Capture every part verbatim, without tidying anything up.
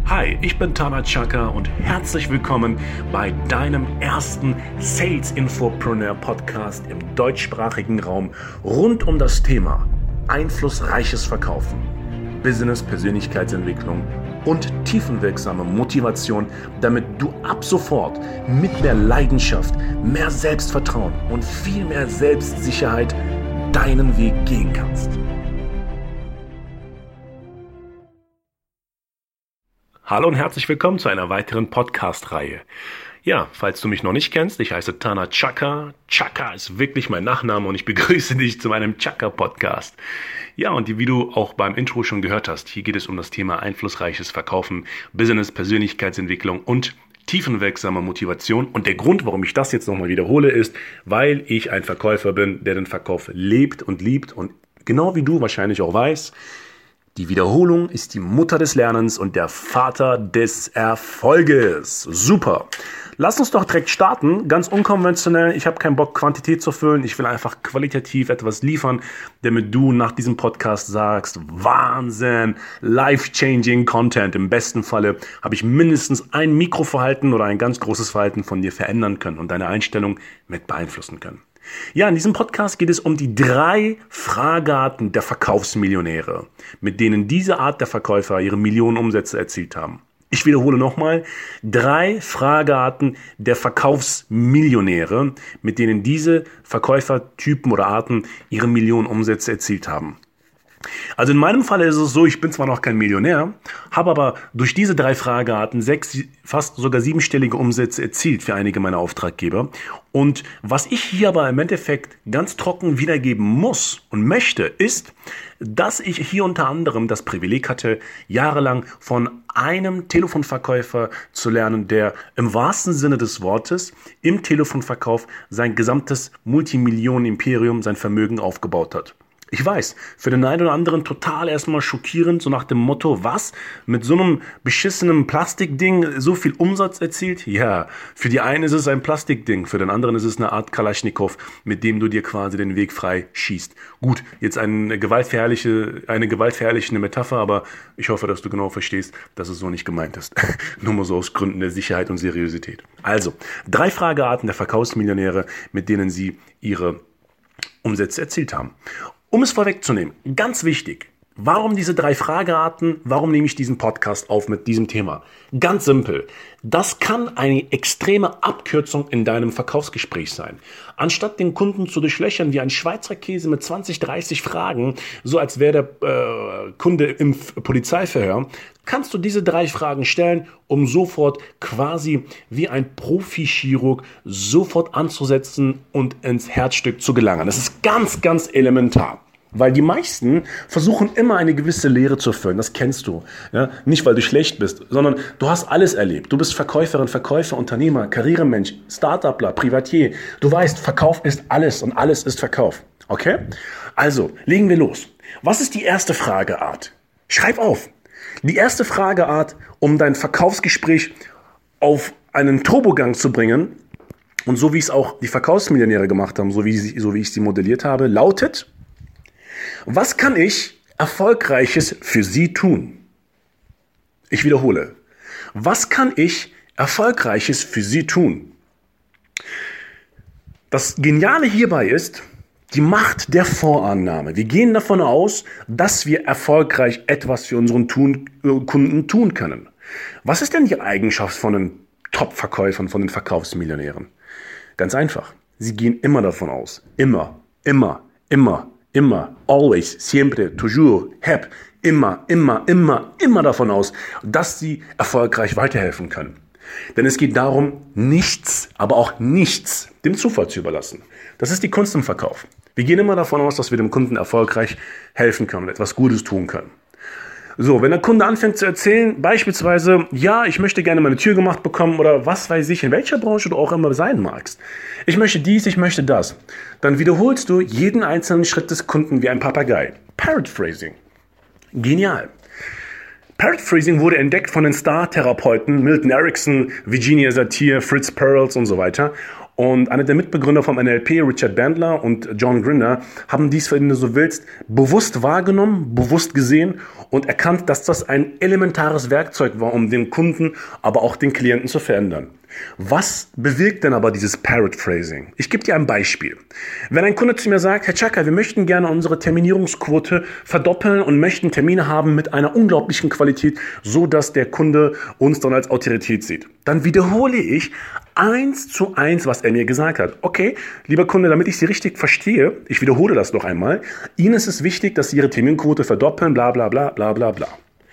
Hi, ich bin Tana Chaka und herzlich willkommen bei deinem ersten Sales Infopreneur Podcast im deutschsprachigen Raum rund um das Thema einflussreiches Verkaufen, Business, Persönlichkeitsentwicklung und tiefenwirksame Motivation, damit du ab sofort mit mehr Leidenschaft, mehr Selbstvertrauen und viel mehr Selbstsicherheit deinen Weg gehen kannst. Hallo und herzlich willkommen zu einer weiteren Podcast-Reihe. Ja, falls du mich noch nicht kennst, ich heiße Tana Chaka. Chaka ist wirklich mein Nachname und ich begrüße dich zu meinem Chaka-Podcast. Ja, und wie du auch beim Intro schon gehört hast, hier geht es um das Thema einflussreiches Verkaufen, Business, Persönlichkeitsentwicklung und tiefenwirksame Motivation. Und der Grund, warum ich das jetzt nochmal wiederhole, ist, weil ich ein Verkäufer bin, der den Verkauf lebt und liebt und genau wie du wahrscheinlich auch weißt, die Wiederholung ist die Mutter des Lernens und der Vater des Erfolges. Super. Lass uns doch direkt starten. Ganz unkonventionell. Ich habe keinen Bock, Quantität zu füllen. Ich will einfach qualitativ etwas liefern, damit du nach diesem Podcast sagst, Wahnsinn, life-changing Content. Im besten Falle habe ich mindestens ein Mikroverhalten oder ein ganz großes Verhalten von dir verändern können und deine Einstellung mit beeinflussen können. Ja, in diesem Podcast geht es um die drei Fragearten der Verkaufsmillionäre, mit denen diese Art der Verkäufer ihre Millionen Umsätze erzielt haben. Ich wiederhole nochmal, drei Fragearten der Verkaufsmillionäre, mit denen diese Verkäufertypen oder Arten ihre Millionen Umsätze erzielt haben. Also in meinem Fall ist es so, ich bin zwar noch kein Millionär, habe aber durch diese drei Fragearten sechs, fast sogar siebenstellige Umsätze erzielt für einige meiner Auftraggeber. Und was ich hier aber im Endeffekt ganz trocken wiedergeben muss und möchte, ist, dass ich hier unter anderem das Privileg hatte, jahrelang von einem Telefonverkäufer zu lernen, der im wahrsten Sinne des Wortes im Telefonverkauf sein gesamtes Multimillionen-Imperium, sein Vermögen aufgebaut hat. Ich weiß, für den einen oder anderen total erstmal schockierend, so nach dem Motto, was, mit so einem beschissenen Plastikding so viel Umsatz erzielt? Ja, für die einen ist es ein Plastikding, für den anderen ist es eine Art Kalaschnikow, mit dem du dir quasi den Weg frei schießt. Gut, jetzt eine gewaltverherrliche, eine gewaltverherrlichende Metapher, aber ich hoffe, dass du genau verstehst, dass es so nicht gemeint ist. Nur mal so aus Gründen der Sicherheit und Seriosität. Also, drei Fragearten der Verkaufsmillionäre, mit denen sie ihre Umsätze erzielt haben. Um es vorwegzunehmen, ganz wichtig, warum diese drei Fragearten, warum nehme ich diesen Podcast auf mit diesem Thema? Ganz simpel, das kann eine extreme Abkürzung in deinem Verkaufsgespräch sein. Anstatt den Kunden zu durchlöchern wie ein Schweizer Käse mit zwanzig, dreißig Fragen, so als wäre der äh, Kunde im Polizeiverhör, kannst du diese drei Fragen stellen, um sofort quasi wie ein Profi-Chirurg sofort anzusetzen und ins Herzstück zu gelangen. Das ist ganz, ganz elementar. Weil die meisten versuchen immer eine gewisse Lehre zu füllen, das kennst du. Ja? Nicht, weil du schlecht bist, sondern du hast alles erlebt. Du bist Verkäuferin, Verkäufer, Unternehmer, Karrieremensch, Start-upler, Privatier. Du weißt, Verkauf ist alles und alles ist Verkauf. Okay? Also, legen wir los. Was ist die erste Frageart? Schreib auf. Die erste Frageart, um dein Verkaufsgespräch auf einen Turbogang zu bringen, und so wie es auch die Verkaufsmillionäre gemacht haben, so wie, sie, so wie ich sie modelliert habe, lautet: Was kann ich Erfolgreiches für Sie tun? Ich wiederhole. Was kann ich Erfolgreiches für Sie tun? Das Geniale hierbei ist die Macht der Vorannahme. Wir gehen davon aus, dass wir erfolgreich etwas für unseren tun, äh, Kunden tun können. Was ist denn die Eigenschaft von den Top-Verkäufern, von den Verkaufsmillionären? Ganz einfach. Sie gehen immer davon aus. Immer, immer, immer. Immer, always, siempre, toujours, heb, immer, immer, immer, immer davon aus, dass sie erfolgreich weiterhelfen können. Denn es geht darum, nichts, aber auch nichts dem Zufall zu überlassen. Das ist die Kunst im Verkauf. Wir gehen immer davon aus, dass wir dem Kunden erfolgreich helfen können und etwas Gutes tun können. So, wenn der Kunde anfängt zu erzählen, beispielsweise, ja, ich möchte gerne meine Tür gemacht bekommen oder was weiß ich, in welcher Branche du auch immer sein magst. Ich möchte dies, ich möchte das. Dann wiederholst du jeden einzelnen Schritt des Kunden wie ein Papagei. Parrot-Phrasing. Genial. Parrot-Phrasing wurde entdeckt von den Star-Therapeuten Milton Erickson, Virginia Satir, Fritz Perls und so weiter. Und einer der Mitbegründer vom N L P, Richard Bandler und John Grinder, haben dies, wenn du so willst, bewusst wahrgenommen, bewusst gesehen und erkannt, dass das ein elementares Werkzeug war, um den Kunden, aber auch den Klienten zu verändern. Was bewirkt denn aber dieses Parrot Phrasing? Ich gebe dir ein Beispiel. Wenn ein Kunde zu mir sagt, Herr Chaka, wir möchten gerne unsere Terminierungsquote verdoppeln und möchten Termine haben mit einer unglaublichen Qualität, so dass der Kunde uns dann als Autorität sieht, dann wiederhole ich eins zu eins, was er mir gesagt hat. Okay, lieber Kunde, damit ich Sie richtig verstehe, ich wiederhole das noch einmal. Ihnen ist es wichtig, dass Sie Ihre Terminquote verdoppeln, bla bla bla bla bla bla.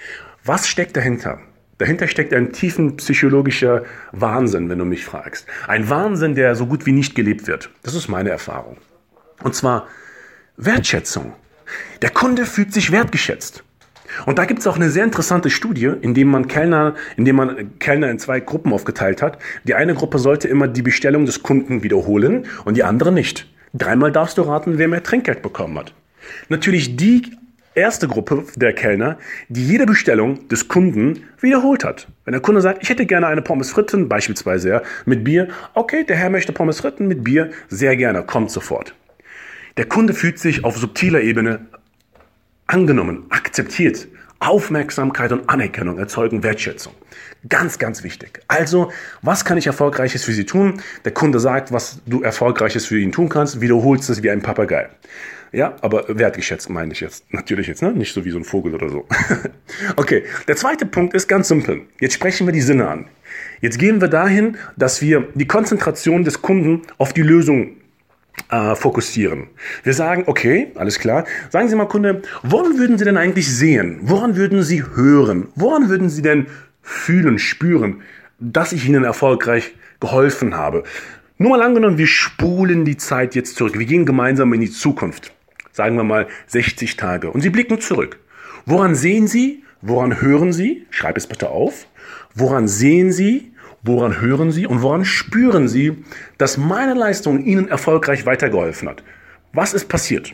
Was steckt dahinter? Dahinter steckt ein tiefen psychologischer Wahnsinn, wenn du mich fragst. Ein Wahnsinn, der so gut wie nicht gelebt wird. Das ist meine Erfahrung. Und zwar Wertschätzung. Der Kunde fühlt sich wertgeschätzt. Und da gibt es auch eine sehr interessante Studie, in dem man Kellner, in dem man Kellner in zwei Gruppen aufgeteilt hat. Die eine Gruppe sollte immer die Bestellung des Kunden wiederholen und die andere nicht. Dreimal darfst du raten, wer mehr Trinkgeld bekommen hat. Natürlich die erste Gruppe der Kellner, die jede Bestellung des Kunden wiederholt hat. Wenn der Kunde sagt, ich hätte gerne eine Pommes fritten, beispielsweise ja, mit Bier. Okay, der Herr möchte Pommes fritten mit Bier, sehr gerne, kommt sofort. Der Kunde fühlt sich auf subtiler Ebene angenommen, akzeptiert. Aufmerksamkeit und Anerkennung erzeugen Wertschätzung. Ganz, ganz wichtig. Also, was kann ich Erfolgreiches für Sie tun? Der Kunde sagt, was du Erfolgreiches für ihn tun kannst, wiederholst es wie ein Papagei. Ja, aber wertgeschätzt meine ich jetzt. Natürlich jetzt, ne? Nicht so wie so ein Vogel oder so. Okay, der zweite Punkt ist ganz simpel. Jetzt sprechen wir die Sinne an. Jetzt gehen wir dahin, dass wir die Konzentration des Kunden auf die Lösung äh, fokussieren. Wir sagen, okay, alles klar. Sagen Sie mal, Kunde, woran würden Sie denn eigentlich sehen? Woran würden Sie hören? Woran würden Sie denn fühlen, spüren, dass ich Ihnen erfolgreich geholfen habe? Nur mal angenommen, wir spulen die Zeit jetzt zurück. Wir gehen gemeinsam in die Zukunft. Sagen wir mal sechzig Tage. Und Sie blicken zurück. Woran sehen Sie? Woran hören Sie? Schreib es bitte auf. Woran sehen Sie? Woran hören Sie? Und woran spüren Sie, dass meine Leistung Ihnen erfolgreich weitergeholfen hat? Was ist passiert?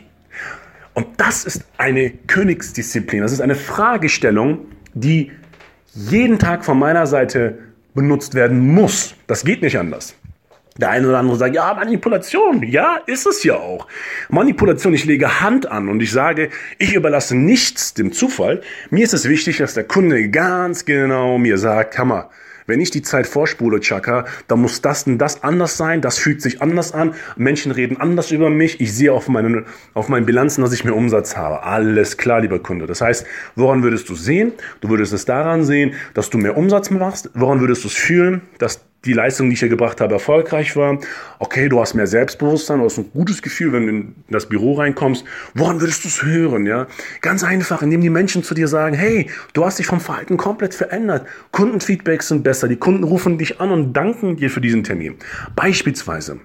Und das ist eine Königsdisziplin. Das ist eine Fragestellung, die jeden Tag von meiner Seite benutzt werden muss. Das geht nicht anders. Der eine oder andere sagt, ja, Manipulation, ja, ist es ja auch. Manipulation, ich lege Hand an und ich sage, ich überlasse nichts dem Zufall. Mir ist es wichtig, dass der Kunde ganz genau mir sagt, Hammer, wenn ich die Zeit vorspule, Chaka, dann muss das und das anders sein, das fühlt sich anders an, Menschen reden anders über mich, ich sehe auf meinen, auf meinen Bilanzen, dass ich mehr Umsatz habe. Alles klar, lieber Kunde. Das heißt, woran würdest du sehen? Du würdest es daran sehen, dass du mehr Umsatz machst. Woran würdest du es fühlen, dass die Leistung, die ich hier gebracht habe, erfolgreich war? Okay, du hast mehr Selbstbewusstsein, du hast ein gutes Gefühl, wenn du in das Büro reinkommst. Woran würdest du es hören? Ja, ganz einfach, indem die Menschen zu dir sagen, hey, du hast dich vom Verhalten komplett verändert. Kundenfeedbacks sind besser, die Kunden rufen dich an und danken dir für diesen Termin. Beispielsweise.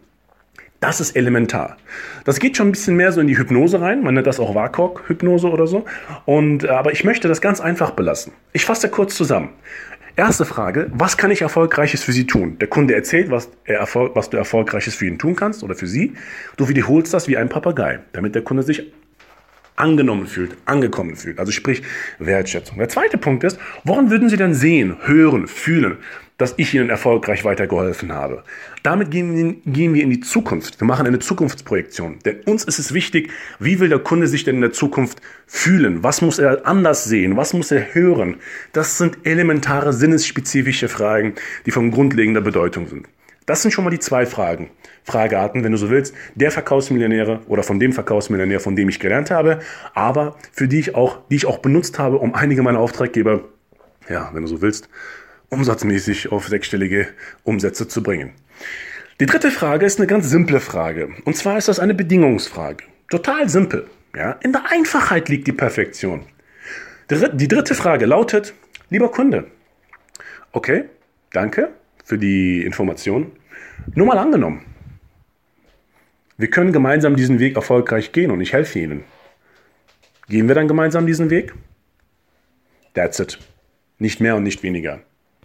Das ist elementar. Das geht schon ein bisschen mehr so in die Hypnose rein. Man nennt das auch W A K O K-Hypnose oder so. Und, aber ich möchte das ganz einfach belassen. Ich fasse kurz zusammen. Erste Frage, was kann ich Erfolgreiches für Sie tun? Der Kunde erzählt, was, er Erfolg, was du Erfolgreiches für ihn tun kannst oder für Sie. Du wiederholst das wie ein Papagei, damit der Kunde sich angenommen fühlt, angekommen fühlt. Also sprich Wertschätzung. Der zweite Punkt ist, woran würden Sie denn sehen, hören, fühlen, dass ich Ihnen erfolgreich weitergeholfen habe? Damit gehen, gehen wir in die Zukunft. Wir machen eine Zukunftsprojektion. Denn uns ist es wichtig, wie will der Kunde sich denn in der Zukunft fühlen? Was muss er anders sehen? Was muss er hören? Das sind elementare, sinnesspezifische Fragen, die von grundlegender Bedeutung sind. Das sind schon mal die zwei Fragen. Fragearten, wenn du so willst, der Verkaufsmillionäre oder von dem Verkaufsmillionär, von dem ich gelernt habe, aber für die ich auch, die ich auch benutzt habe, um einige meiner Auftraggeber, ja, wenn du so willst, umsatzmäßig auf sechsstellige Umsätze zu bringen. Die dritte Frage ist eine ganz simple Frage. Und zwar ist das eine Bedingungsfrage. Total simpel. Ja? In der Einfachheit liegt die Perfektion. Die dritte Frage lautet, lieber Kunde, okay, danke für die Information. Nur mal angenommen, wir können gemeinsam diesen Weg erfolgreich gehen und ich helfe Ihnen. Gehen wir dann gemeinsam diesen Weg? That's it. Nicht mehr und nicht weniger.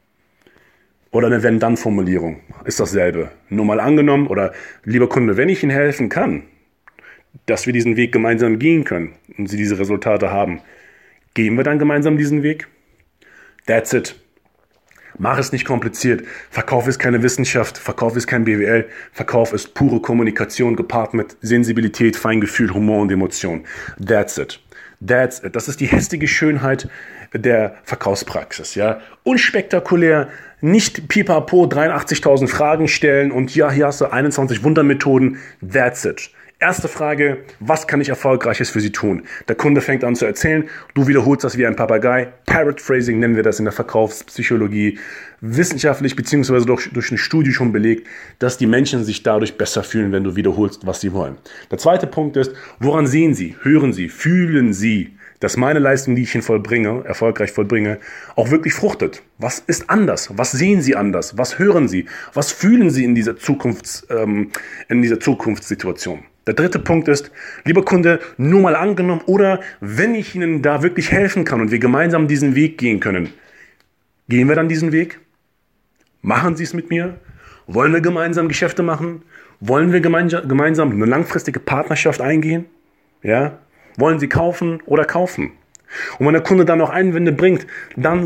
Oder eine Wenn-Dann-Formulierung ist dasselbe. Nur mal angenommen oder lieber Kunde, wenn ich Ihnen helfen kann, dass wir diesen Weg gemeinsam gehen können und Sie diese Resultate haben, gehen wir dann gemeinsam diesen Weg? That's it. Mach es nicht kompliziert. Verkauf ist keine Wissenschaft. Verkauf ist kein B W L. Verkauf ist pure Kommunikation gepaart mit Sensibilität, Feingefühl, Humor und Emotion. That's it. That's it. Das ist die hässliche Schönheit der Verkaufspraxis. Ja? Unspektakulär, nicht pipapo dreiundachtzigtausend Fragen stellen und ja, hier hast du einundzwanzig Wundermethoden. That's it. Erste Frage, was kann ich Erfolgreiches für Sie tun? Der Kunde fängt an zu erzählen, du wiederholst das wie ein Papagei. Parrot-Phrasing nennen wir das in der Verkaufspsychologie. Wissenschaftlich bzw. durch, durch eine Studie schon belegt, dass die Menschen sich dadurch besser fühlen, wenn du wiederholst, was sie wollen. Der zweite Punkt ist, woran sehen Sie, hören Sie, fühlen Sie, dass meine Leistung, die ich Ihnen vollbringe, erfolgreich vollbringe, auch wirklich fruchtet? Was ist anders? Was sehen Sie anders? Was hören Sie? Was fühlen Sie in dieser Zukunfts, ähm, in dieser Zukunftssituation? Der dritte Punkt ist, lieber Kunde, nur mal angenommen oder wenn ich Ihnen da wirklich helfen kann und wir gemeinsam diesen Weg gehen können, gehen wir dann diesen Weg? Machen Sie es mit mir? Wollen wir gemeinsam Geschäfte machen? Wollen wir gemeinsam eine langfristige Partnerschaft eingehen? Ja? Wollen Sie kaufen oder kaufen? Und wenn der Kunde dann noch Einwände bringt, dann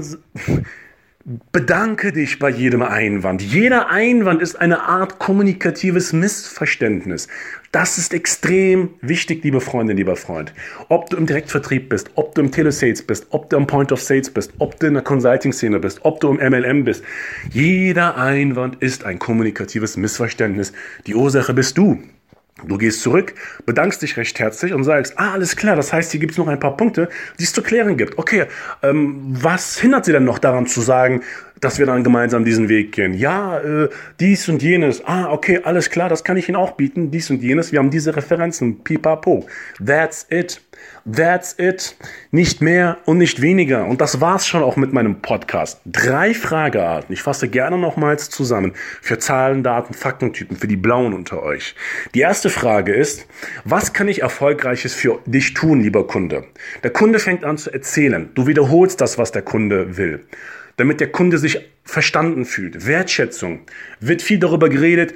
bedanke dich bei jedem Einwand. Jeder Einwand ist eine Art kommunikatives Missverständnis. Das ist extrem wichtig, liebe Freundin, lieber Freund. Ob du im Direktvertrieb bist, ob du im Telesales bist, ob du im Point of Sales bist, ob du in der Consulting-Szene bist, ob du im M L M bist. Jeder Einwand ist ein kommunikatives Missverständnis. Die Ursache bist du. Du gehst zurück, bedankst dich recht herzlich und sagst, ah, alles klar, das heißt, hier gibt es noch ein paar Punkte, die es zu klären gibt. Okay, ähm, was hindert Sie denn noch daran zu sagen, dass wir dann gemeinsam diesen Weg gehen? Ja, äh, dies und jenes. Ah, okay, alles klar, das kann ich Ihnen auch bieten, dies und jenes. Wir haben diese Referenzen, pipapo. That's it. That's it. Nicht mehr und nicht weniger. Und das war's schon auch mit meinem Podcast. Drei Fragearten. Ich fasse gerne nochmals zusammen. Für Zahlen, Daten, Faktentypen, für die Blauen unter euch. Die erste Frage ist, was kann ich Erfolgreiches für dich tun, lieber Kunde? Der Kunde fängt an zu erzählen. Du wiederholst das, was der Kunde will, damit der Kunde sich verstanden fühlt. Wertschätzung. Wird viel darüber geredet,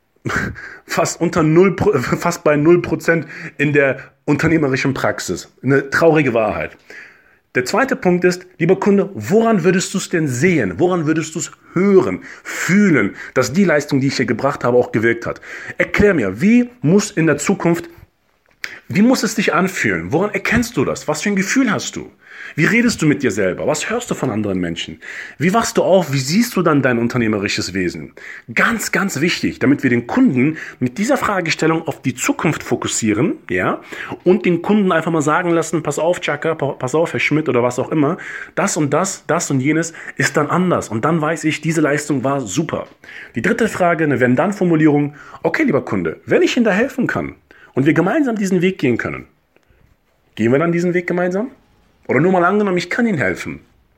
fast unter null, fast bei null Prozent in der unternehmerischen Praxis. Eine traurige Wahrheit. Der zweite Punkt ist, lieber Kunde, woran würdest du es denn sehen? Woran würdest du es hören, fühlen, dass die Leistung, die ich hier gebracht habe, auch gewirkt hat? Erklär mir, wie muss in der Zukunft, wie muss es dich anfühlen? Woran erkennst du das? Was für ein Gefühl hast du? Wie redest du mit dir selber? Was hörst du von anderen Menschen? Wie wachst du auf? Wie siehst du dann dein unternehmerisches Wesen? Ganz, ganz wichtig, damit wir den Kunden mit dieser Fragestellung auf die Zukunft fokussieren, ja, und den Kunden einfach mal sagen lassen, pass auf, Chaka, pass auf, Herr Schmidt oder was auch immer, das und das, das und jenes ist dann anders. Und dann weiß ich, diese Leistung war super. Die dritte Frage, eine Wenn-Dann-Formulierung. Okay, lieber Kunde, wenn ich Ihnen da helfen kann und wir gemeinsam diesen Weg gehen können, gehen wir dann diesen Weg gemeinsam? Oder nur mal angenommen, ich kann Ihnen helfen.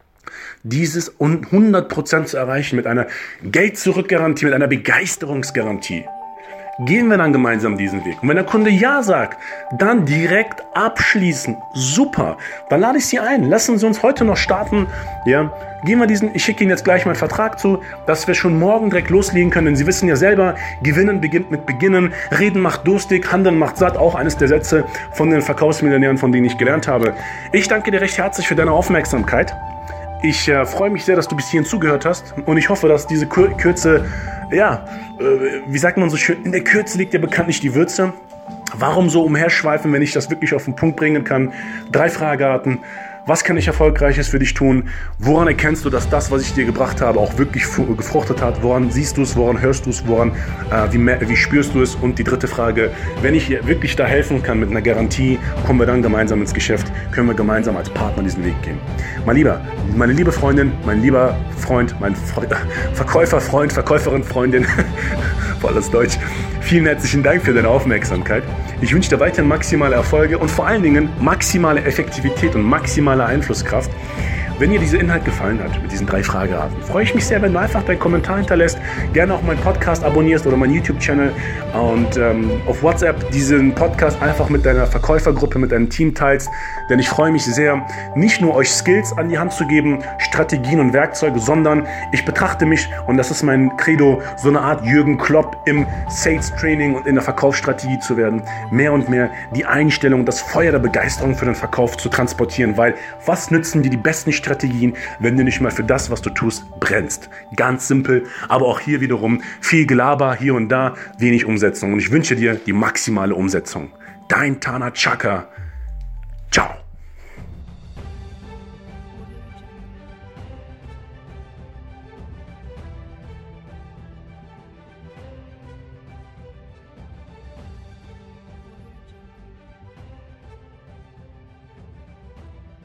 Dieses hundert Prozent zu erreichen mit einer Geld-Zurück-Garantie, mit einer Begeisterungsgarantie. Gehen wir dann gemeinsam diesen Weg. Und wenn der Kunde Ja sagt, dann direkt abschließen. Super. Dann lade ich Sie ein. Lassen Sie uns heute noch starten. Ja, gehen wir diesen, ich schicke Ihnen jetzt gleich meinen Vertrag zu, dass wir schon morgen direkt loslegen können. Denn Sie wissen ja selber, Gewinnen beginnt mit Beginnen. Reden macht durstig, Handeln macht satt. Auch eines der Sätze von den Verkaufsmillionären, von denen ich gelernt habe. Ich danke dir recht herzlich für deine Aufmerksamkeit. Ich äh, freue mich sehr, dass du bis hierhin zugehört hast. Und ich hoffe, dass diese Kür- Kürze, ja, äh, wie sagt man so schön, in der Kürze liegt ja bekanntlich die Würze. Warum so umherschweifen, wenn ich das wirklich auf den Punkt bringen kann? Drei Fragearten. Was kann ich Erfolgreiches für dich tun? Woran erkennst du, dass das, was ich dir gebracht habe, auch wirklich gefruchtet hat? Woran siehst du es? Woran hörst du es? Woran, äh, wie, wie spürst du es? Und die dritte Frage, wenn ich wirklich da helfen kann mit einer Garantie, kommen wir dann gemeinsam ins Geschäft, können wir gemeinsam als Partner diesen Weg gehen. Mein Lieber, meine liebe Freundin, mein lieber Freund, mein Fre- Verkäufer, Freund, Verkäuferin, Freundin, voll das Deutsch. Vielen herzlichen Dank für deine Aufmerksamkeit. Ich wünsche dir weiterhin maximale Erfolge und vor allen Dingen maximale Effektivität und maximale Einflusskraft. Wenn dir dieser Inhalt gefallen hat, mit diesen drei Fragearten, freue ich mich sehr, wenn du einfach deinen Kommentar hinterlässt, gerne auch meinen Podcast abonnierst oder meinen YouTube-Channel und ähm, auf WhatsApp diesen Podcast einfach mit deiner Verkäufergruppe, mit deinem Team teilst, denn ich freue mich sehr, nicht nur euch Skills an die Hand zu geben, Strategien und Werkzeuge, sondern ich betrachte mich, und das ist mein Credo, so eine Art Jürgen Klopp im Sales-Training und in der Verkaufsstrategie zu werden, mehr und mehr die Einstellung, das Feuer der Begeisterung für den Verkauf zu transportieren, weil was nützen dir die besten Strategien, wenn du nicht mal für das, was du tust, brennst. Ganz simpel, aber auch hier wiederum viel Gelaber, hier und da, wenig Umsetzung. Und ich wünsche dir die maximale Umsetzung. Dein Tana Chaka. Ciao.